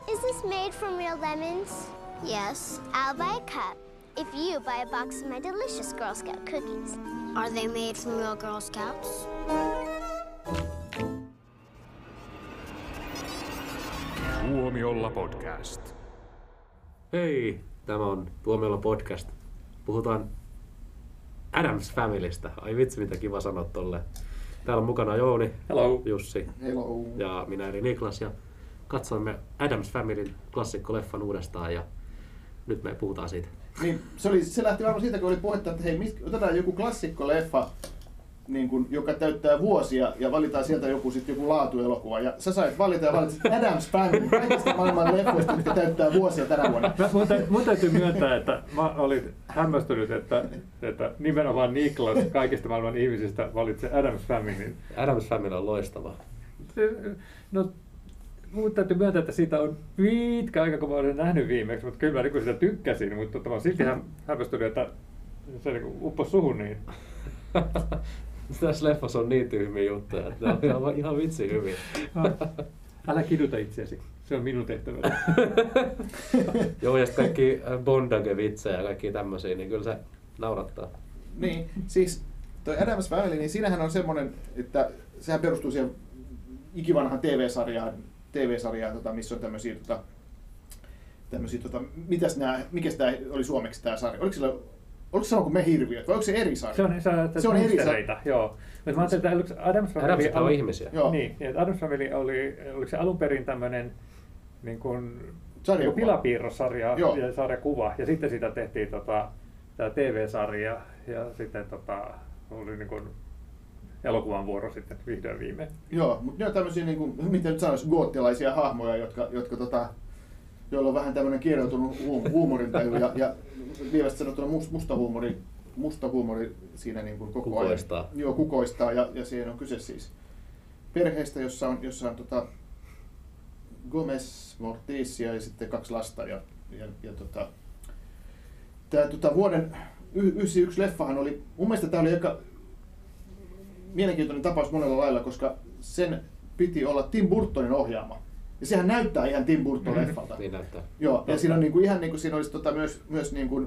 Is this made from real lemons? Yes. I'll buy a cup if you buy a box of my delicious Girl Scout cookies. Are they made from real Girl Scouts? Tuomiolla podcast. Hei, tämä on Tuomiolla podcast. Puhutaan Addams Familystä. Ai vitsi, mitä kiva sanoa tolle. Täällä on mukana Jouni, Hello. Jussi Hello. ja minä eli Niklas. Ja katsoimme Addams Familyn klassikkoleffan uudestaan ja nyt me puhutaan siitä. Niin, se lähti varmaan siitä, kun oli puhetta, että hei, otetaan joku klassikkoleffa, niin kun, joka täyttää vuosia ja valitaan sieltä joku laatuelokuva. Ja sä sait valita ja valitsit Addams Family, kaikista maailman leffoista, jotka täyttää vuosia tänä vuonna. Mun täytyy myöntää, että mä olin hämmästynyt, että nimenomaan Niklas kaikista maailman ihmisistä valitsee Addams Familyn. Addams Family on loistava. No, mun täytyy myöntää, että siitä on pitkä aika, kun mä olen nähnyt viimeksi, mutta kyllä mä niin sitä tykkäsin, mutta mä oon silti hämmästynyt, että se niin upposi suhun niin. Tässä leffassa on niin tyhmiä juttuja, että ne on ihan vitsi hyviä. Älä kiduta itseäsi, se on minun tehtäväni. Joo, ja sitten kaikki bondage-vitsejä ja kaikki tämmöisiä, niin kyllä se naurattaa. Niin, siis toi Addams Family, niin siinähän on semmoinen, että sehän perustuu siihen ikivanhaan TV-sarjaan, missä on tämmöisiä mikäs tää oli suomeksi tää sarja? Oliko se sama kuin Me hirviöt vai onko se eri sarja? Se on eri sarja. Joo. Mutta mä ajattelin, että Addams Family on ihmisiä. Joo. Niin, että Addams Family oliko se alun perin tämmöinen niin kuin pilapiirrossarja ja sarjakuva, ja sitten siitä tehtiin tämä TV-sarja, ja sitten oli niin kuin elokuvan vuoro sitten vihdoin viimein. Joo, mutta ne on tämmöisiä, niin kuin, miten nyt sanoisi, goottilaisia hahmoja, joilla on vähän tämmöinen kierroutunut huumorintaju ja lievästi sanottuna musta huumori siinä niin kuin koko kukoistaa. Ajan. Joo, kukoistaa ja siinä on kyse siis perheestä, jossa on Gomez Morticia ja sitten 2 lasta tämä vuoden 1991 leffahan oli, mun mielestä tämä oli aika mielenkiintoinen tapaus monella lailla, koska sen piti olla Tim Burtonin ohjaama. Ja sehän näyttää ihan Tim Burton-leffalta. Niin näyttää. Joo, ja siinä on niinku ihan niinku siinä olisi myös niinku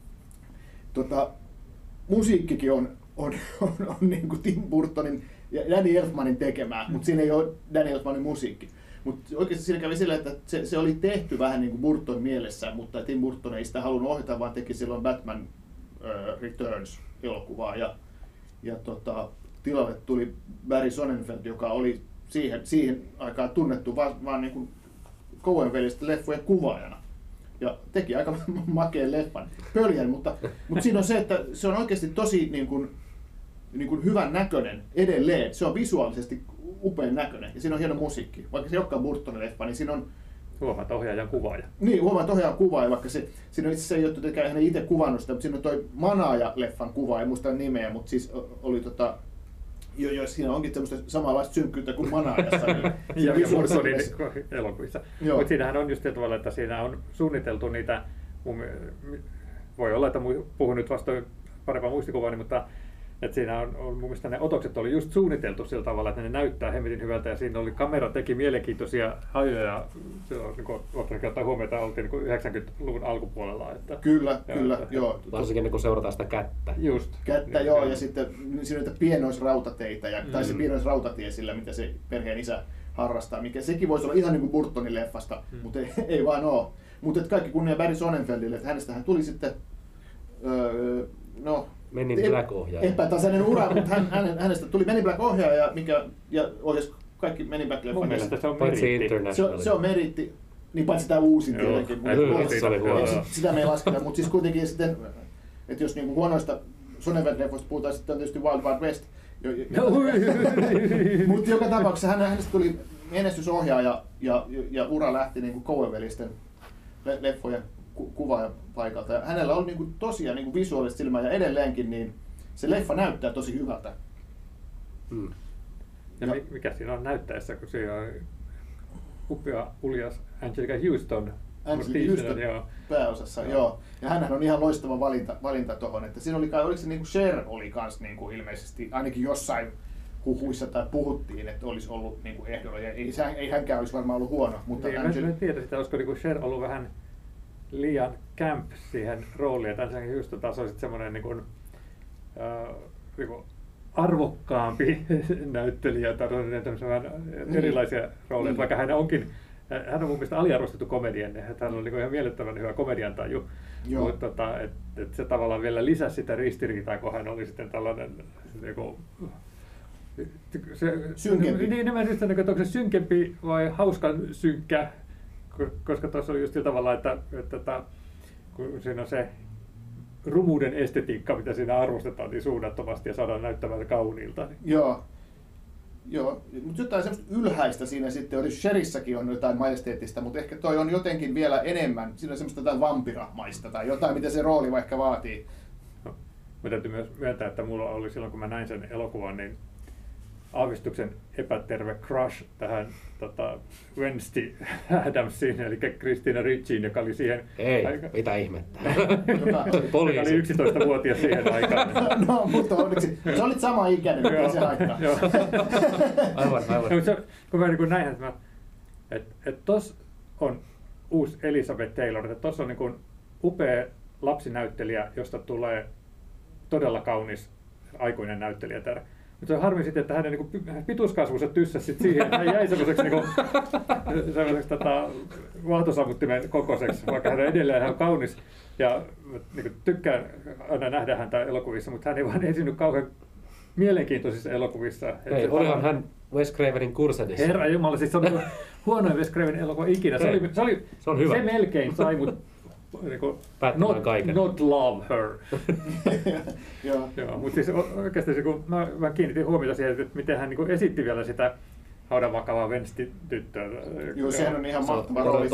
musiikkikin on niinku Tim Burtonin ja Danny Elfmanin tekemää, mutta siinä ei ole Danny Elfmanin musiikki. Mutta oikeasti siinä kävi sillä, että se oli tehty vähän niinku Burton mielessään, mutta Tim Burton ei sitä halunnut ohjata, vaan teki silloin Batman Returns-elokuvaa ja tilalle tuli Barry Sonnenfeld, joka oli siihen aikaan tunnettu vaan niin kuin Coen-veljisten leffojen kuvaajana. Ja teki aika makeen leffan. Pöljän, mutta siinä on se, että se on oikeasti tosi niin kuin hyvän näköinen edelleen. Se on visuaalisesti upean näköinen ja siinä on hieno musiikki. Vaikka se ei olekaan Burtonin leffa, niin siinä on... Huomaat ohjaajan kuvaaja. Niin, huomaat ohjaajan kuvaaja, vaikka siinä on itse asiassa ei ole hän itse kuvannut sitä, mutta siinä on toi Manaaja-leffan kuva, en muista nimeä, mutta siis oli Jo, siinä onkin semmoista samanlaista synkkyyttä kuin Manaajassa. Ja Burtonin elokuvissa. Mutta siinähän on just sillä tavalla, että siinä on suunniteltu niitä, voi olla, että puhun nyt vastoin parempaa muistikuvaa, mutta että siinä on mun mielestä ne otokset oli just suunniteltu sillä tavalla, että ne näyttää hemmetin hyvältä ja siinä oli kamera teki mielenkiintoisia hajoja. Se on niin kuin ottaa huomioon, että oltiin niin 90-luvun alkupuolella. Että, kyllä, joo. Varsinkin kun seurataan sitä kättä. Just. Kättä, niin, joo, ja sitten siinä on pienoisrautateitä, tai se pienoisrautatie sillä, mitä se perheen isä harrastaa, mikä sekin voisi olla ihan niin kuin Burtonin leffasta, mutta ei vaan ole. Mutta kaikki kunnia Barry Sonnenfeldille, että hänestähän tuli sitten, Men in Black-ohjaaja. Epätasainen ura, mutta hänestä tuli Men in Black-ohjaaja, ja ohjasi kaikki Men in Black-leffan. Mun mielestä se on meriitti. Se on meriitti, niin paitsi tämä uusin tietenkin. Sitä me ei lasketa, mutta siis kuitenkin sitten, että jos niinku huonoista Sonnenfeld-leffoista puhutaan, sitten on tietysti Wild Wild West. Mutta joka tapauksessa hänestä tuli menestysohjaaja ja ura lähti niinku Coen-velisten leffojen kuvaajan paikalta. Ja hänellä on niinku tosiaan niinku visuaalista silmää ja edelleenkin niin se leffa näyttää tosi hyvältä. Ja mikä siinä on näyttäessä, kun se on upea uljas Angelica Houston pääosassa, joo. Ja hänhän on ihan loistava valinta tuohon, että siinä oli oliko se niinku Cher oli kans niinku ilmeisesti ainakin jossain huhuissa tai puhuttiin, että olisi ollut niin kuin ehdolla. Ja ei hänkään olisi varmaan ollut huono. Mutta niin, mä en tiedä sitä, olisiko niin Cher ollut vähän liian camp siihen rooliin. Että ensinnäkin just taas olisi semmoinen niin kuin arvokkaampi näyttelijä tai vähän erilaisia rooleja, vaikka hän on mun mielestä aliarvostettu komedian, että hän on niin ihan miellyttävän hyvä komediantaju, mutta että se tavallaan vielä lisäsi sitä ristiriitaa, kun hän oli sitten tällainen synkempi. Niin, että onko se synkempi vai hauskan synkkä, koska tuossa oli just sillä tavalla, että kun siinä on se rumuuden estetiikka, mitä siinä arvostetaan niin suunnattomasti ja saadaan näyttämään kauniilta. Joo, mutta jotain semmoista ylhäistä siinä sitten oli. Sherissäkin on jotain majesteettista, mutta ehkä toi on jotenkin vielä enemmän, siinä on semmoista jotain vampiramaista tai jotain, mitä se rooli vaikka vaatii. No, mä täytyy myös myöntää, että mulla oli silloin, kun mä näin sen elokuvan, niin aavistuksen epäterve crush tähän Wednesday Addamsiin, eli Christina Ritchiin, joka oli siihen mitä ihmettä. joka oli 11-vuotias siihen aikaan. No, mutta onneksi. Sä olit sama ikäinen, mutta se haittaa. Aivan. Kun mä niin näin, että tossa on uusi Elizabeth Taylor, että tossa on niin kuin upea lapsinäyttelijä, josta tulee todella kaunis aikuinen näyttelijätär. Mutta se on harmi sitten, että hänen niin pituuskasvunsa tyssäsi siihen, hän jäi semmoiseksi vaahtosammuttimen kokoiseksi, vaikka hän edelleen on kaunis. Ja niin tykkään aina nähdä häntä elokuvissa, mutta hän ei vaan esiinny kauhean mielenkiintoisissa elokuvissa. Ei, olihan hän Wes Cravenin Kursedissa. Herra jumala, siis se on huonoin Wes Cravenin elokuva ikinä. Se on hyvä. Se melkein sai mut not love her. Joo, mutta siis oikeasti kun mä kiinnitin huomiota siihen, että miten hän niin esitti vielä sitä haudan vakavaa Wednesday-tyttöä. Joo, sehän on ihan mahtava rooli.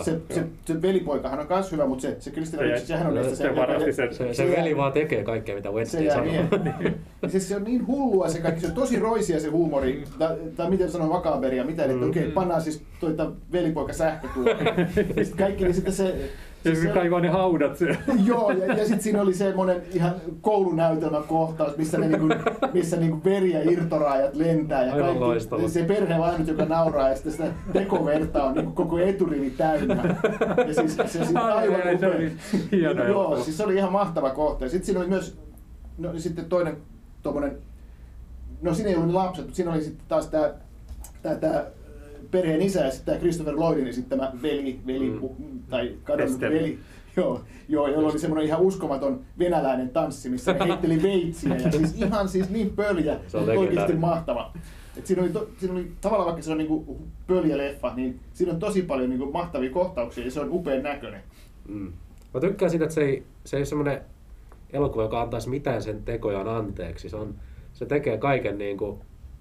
Se velipoikahan on myös hyvä, mutta se Christina Ricci, sehän on niistä se veli vaan tekee kaikkea, mitä Wednesday sanoo. Siis se on niin hullua se kaikki, se on tosi roisia se huumori, tai miten sanoo Vakaberia, mitä, että okei, pannaan siis velipoika sähkötuohon. Kaikki, niin sitten se... Siis kaivaa ne haudat siellä. Joo, ja sitten siinä oli semmoinen ihan koulunäytelmäkohtaus, missä veri ja irtoraajat lentää. Ja kaikki, se perhe on ainut, joka nauraa, ja sitten sitä tekoverta on koko eturivi täynnä. Ja siis se aivan upea. Joo, siis se oli ihan mahtava kohta. Ja sitten siinä oli myös sitten toinen tommonen, no siinä ei ollut lapset, mutta siinä oli sitten taas tämä perheen isä ja sitten tämä Christopher Lloydin esittämä veli tai kadonnut veli. Joo, jolla oli semmoinen ihan uskomaton venäläinen tanssi, missä ne heitteli veitsiä ja siis niin pöljä, oikeasti mahtava. Et siinä oli tavallaan, vaikka se on niinku pöljä leffa, niin siinä on tosi paljon niinku mahtavia kohtauksia ja se on upean näköinen. Mä tykkään siitä, että se ei ole semmoinen elokuva, joka antaisi mitään sen tekojaan anteeksi. Se tekee kaiken niinku,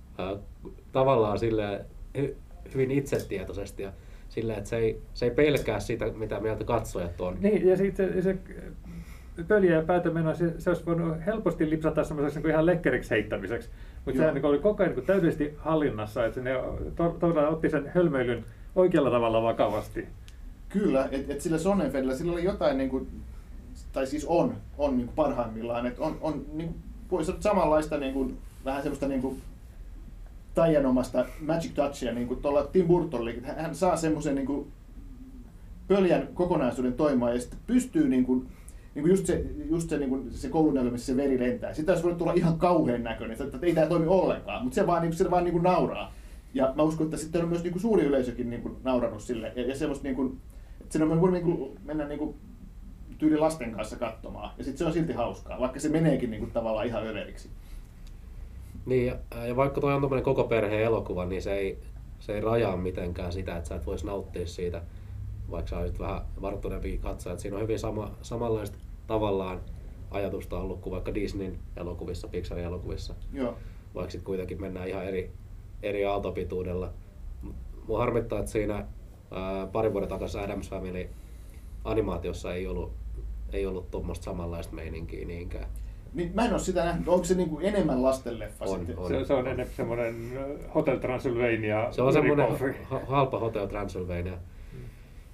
tavallaan silleen hyvin itsetietoisesti ja sillä, että se ei pelkää sitä, mitä mieltä katsojat on. Niin, ja sitten se pöljä ja päätömeno, se olisi voinut helposti lipsata semmoiseksi ihan lekkeriksi heittämiseksi. Mutta sehän oli koko ajan täydellisesti hallinnassa, että ne todella otti sen hölmöilyn oikealla tavalla vakavasti. Kyllä, että sillä Sonnenfeldillä sillä oli jotain, niin kuin, tai siis on niin kuin parhaimmillaan, että on niin kuin, samanlaista niin kuin, vähän semmoista niin kuin, taianomasta magic touchia, niin kuin tuolla Tim Burtonilla, hän saa semmoisen niin kuin pöljän kokonaisuuden toimimaan ja sitten pystyy niin kuin just se, niin kuin se koulunäytelmä, missä se veri lentää. Sitten olisi voinut tulla ihan kauhean näköinen, että ei tämä toimi ollenkaan, mutta se vaan niin kuin nauraa. Ja mä uskon, että sitten on myös niin kuin suuri yleisökin niin kuin naurannut sille ja semmoista niin kuin, että sen on voinut niin kuin mennä niin kuin tyyli lasten kanssa katsomaan ja sitten se on silti hauskaa, vaikka se meneekin niin kuin tavallaan ihan överiksi. Niin, ja vaikka toi on tommoinen koko perheen elokuva, niin se ei rajaa mitenkään sitä, että sä et vois nauttia siitä, vaikka sä olisit vähän varttuneempi katsoja. Siinä on hyvin samanlaista tavallaan ajatusta ollut kuin vaikka Disneyn elokuvissa, Pixarin elokuvissa. Joo. Vaikka sitten kuitenkin mennään ihan eri aaltopituudella. Mua harmittaa, että siinä parin vuoden takaisin Addams Family animaatiossa ei ollut tuommoista samanlaista meininkiä niinkään. Niin, mä en ole sitä nähnyt. Onko se niinku enemmän lastenleffa sitten? Se on enemmän semmoinen Hotel Transylvania. Se on semmoinen halpa Hotel Transylvania.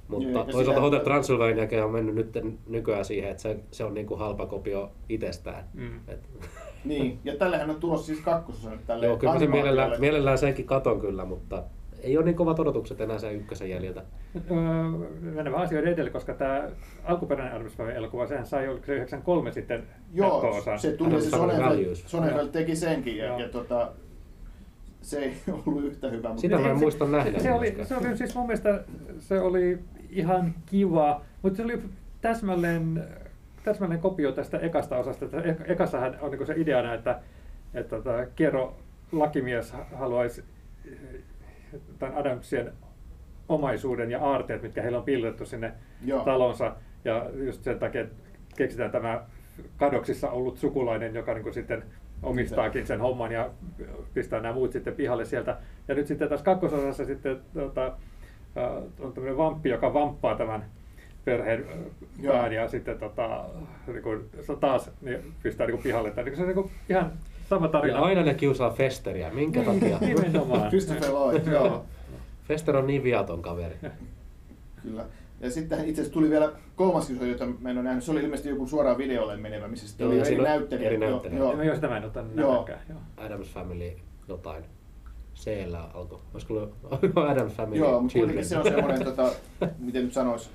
Mutta Ja toisaalta sitä- Hotel Transylvaniakin on mennyt nyt nykyään siihen, että se on niin kuin halpa kopio itsestään. Et, Niin, ja tällähän on tulossa siis kakkososa nyt tälle joo, kyllä mä sen animaatiolle. mielellään senkin katon kyllä, mutta ei ole niin kovat odotukset enää sen ykkösen jäljiltä. Mennään vähän asioiden edelle, koska tämä alkuperäinen Adams Family-elokuva, sehän sai, oliko se 93 sitten Joo, jatko-osa. se tuli, se Adams Family Values. Sonnenfeld teki senkin, Joo. ja se ei ollut yhtä hyvä. Mutta Sitä mä en muista nähdä. Se oli siis mun mielestä se oli ihan kiva, mutta se oli täsmälleen kopio tästä ekasta osasta. Ekassahan on niin se ideana, että Kero lakimies haluaisi tämän Adamsien omaisuuden ja aarteet, mitkä heillä on piilotettu sinne Joo. talonsa. Ja just sen takia keksitään tämä kadoksissa ollut sukulainen, joka niin kuin sitten omistaakin sen homman ja pistää nämä muut sitten pihalle sieltä. Ja nyt sitten tässä kakkososassa sitten on tämmöinen vamppi, joka vamppaa tämän perheen pään ja sitten niin kuin, se taas niin pistää niin kuin pihalle. Tai, niin se on niin kuin ihan sama tarina. Ja aina ne kiusaa Festeriä. Minkä takia? Nimenomaan. Christopher Lloyd, joo. Fester on niin viaton kaveri. Kyllä. Ja sitten itse asiassa tuli vielä kolmas osa, jota mä en ole nähnyt. Se oli ilmeisesti joku suoraan videolle menevä, missä sitten Joo, oli ja eri siinä on näyttelijät. eri näyttelijät. Joo. Joo, sitä mä en ottanut Joo. nähdäkään. Joo. Adams Family jotain. C-llä alkoi. Olisiko ollut Adams Family Joo, mutta Children? kuitenkin se on semmoinen, miten nyt sanois,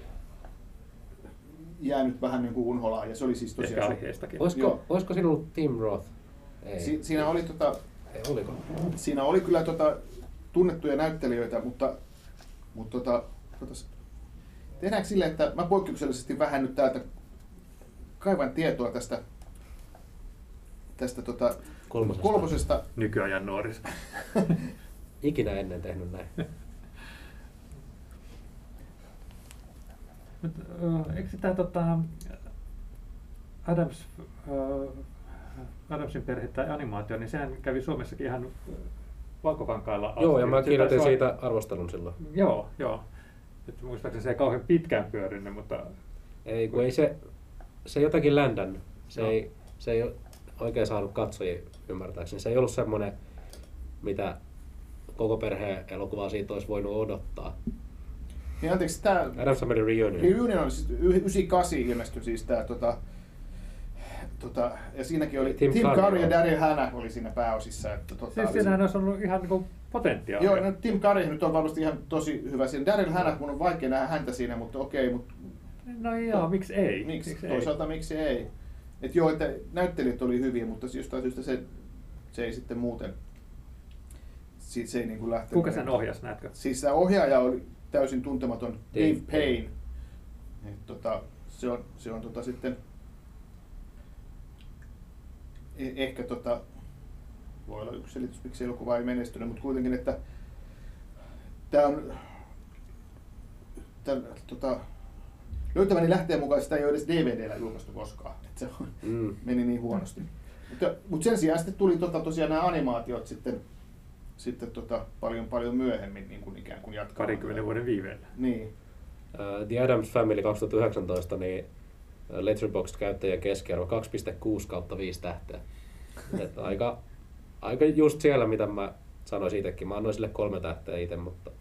jäänyt vähän niin kuin unholaan. Ja se oli siis Ehkä tosiaan... aiheistakin. Olisiko siinä ollut Tim Roth? Ei. Siinä oli Ei, oliko? siinä oli kyllä tunnettuja näyttelijöitä, mutta tehdäänkö sille, että mä poikkeuksellisesti vähän nyt täältä kaivan tietoa tästä kolmosesta. Nykyajan nuorista. Ikinä ennen tehnyt näin. Eikö tämä Adamsin perhe tai animaatio, niin sehän kävi Suomessakin ihan Valkokankaalla asti. Joo, ja mä Se kirjoitin taisi siitä arvostelun silloin. Joo. Että muistaakseni se ei kauhean pitkään pyörinyt, mutta... Ei, kun ei se jotakin ländännyt. Joo. Se ei oikein saanut katsojia ymmärtääkseni. Se ei ollut semmoinen, mitä koko perheen elokuvaa siitä olisi voinut odottaa. Niin anteeksi, tämä Adams Family Reunion. Reunion oli siis 98 ilmestyi siis tämä ja siinäkin oli Tim Tim Curry Curry ja on. Daryl Hannah oli siinä pääosissa. Että Siis siinähän olisi ollut ihan niin potentiaalia. Joo, no Tim Curry nyt on varmasti ihan tosi hyvä siinä. Daryl Hannah, mun on vaikea nähdä häntä siinä, mutta okei, mutta No joo, miksi ei? miksi? Toisaalta miksi ei? Että joo, että näyttelijät oli hyviä, mutta jostain syystä se ei sitten muuten, se ei niin kuin lähtenyt. Kuka sen ohjasi, näetkö? Siis tämä ohjaaja oli täysin tuntematon Dave Dave Payne. Se on sitten ehkä voi olla yksi selitys, miksi elokuva ei menestynyt, mutta kuitenkin, että tämä on löytäväni lähteen mukaan sitä ei ole edes DVD:llä julkaistu koskaan. Että se meni niin huonosti. Mutta sen sijaan sitten tuli tosiaan nämä animaatiot sitten paljon myöhemmin niin kuin ikään kuin jatkaa. 20 vuoden viiveellä. Niin. The Addams Family 2019, niin Letterboxd-käyttäjän keskiarvo 2,6/5 tähteä. Että aika just siellä, mitä mä sanoisin itsekin. Mä annoin sille 3 tähteä itse, mutta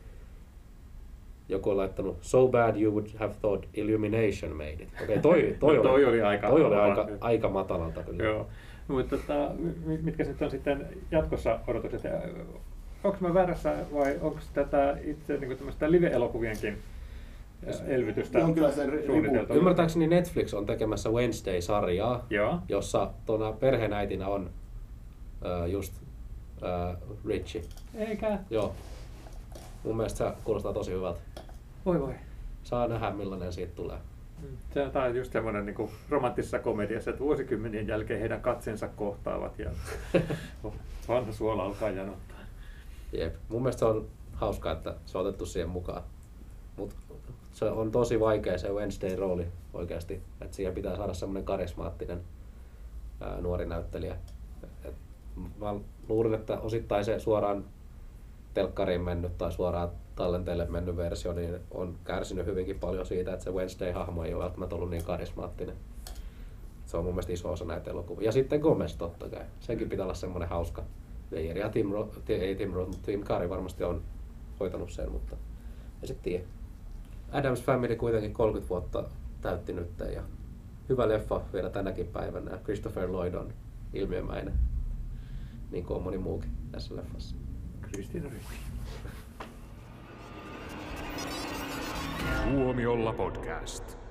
joku on laittanut so bad you would have thought Illumination made it. Okei, toi oli aika matalalta kyllä. Joo. Mutta mitkä sitten on sitten jatkossa odotukset? Onko mä väärässä vai onko tätä itse niin tämmöistä live-elokuvienkin elvytystä Jonkinlaisen suunniteltu? Ymmärtääkseni Netflix on tekemässä Wednesday-sarjaa, Joo. jossa perheenäitinä on just Richie. Eikä? Joo. Mun mielestä se kuulostaa tosi hyvältä. Voi. Saa nähdä millainen siitä tulee. Tämä on just semmoinen niin romanttisessa komediassa, että vuosikymmenien jälkeen heidän katseensa kohtaavat ja vanha suola alkaa janottaa. Jep. Mun mielestä se on hauskaa, että se on otettu siihen mukaan. Mutta se on tosi vaikea se Wednesday-rooli oikeasti. Että siihen pitää saada semmoinen karismaattinen nuori näyttelijä. Mä luulen, että osittain se suoraan telkkariin mennyt tai suoraan tallenteelle mennyt versio niin on kärsinyt hyvinkin paljon siitä, että se Wednesday-hahmo ei ole välttämättä ollut niin karismaattinen. Se on mun mielestä iso osa näitä elokuvia. Ja sitten Gomez totta kai. Senkin pitää olla semmoinen hauska veijeri. Ja Tim Curry varmasti on hoitanut sen, mutta ei sitten tiedä. Addams Family kuitenkin 30 vuotta täytti nyt ja hyvä leffa vielä tänäkin päivänä. Christopher Lloyd on ilmiömäinen, niin kuin on moni muukin tässä leffassa. Kristiina Ricci. Tuomiolla podcast.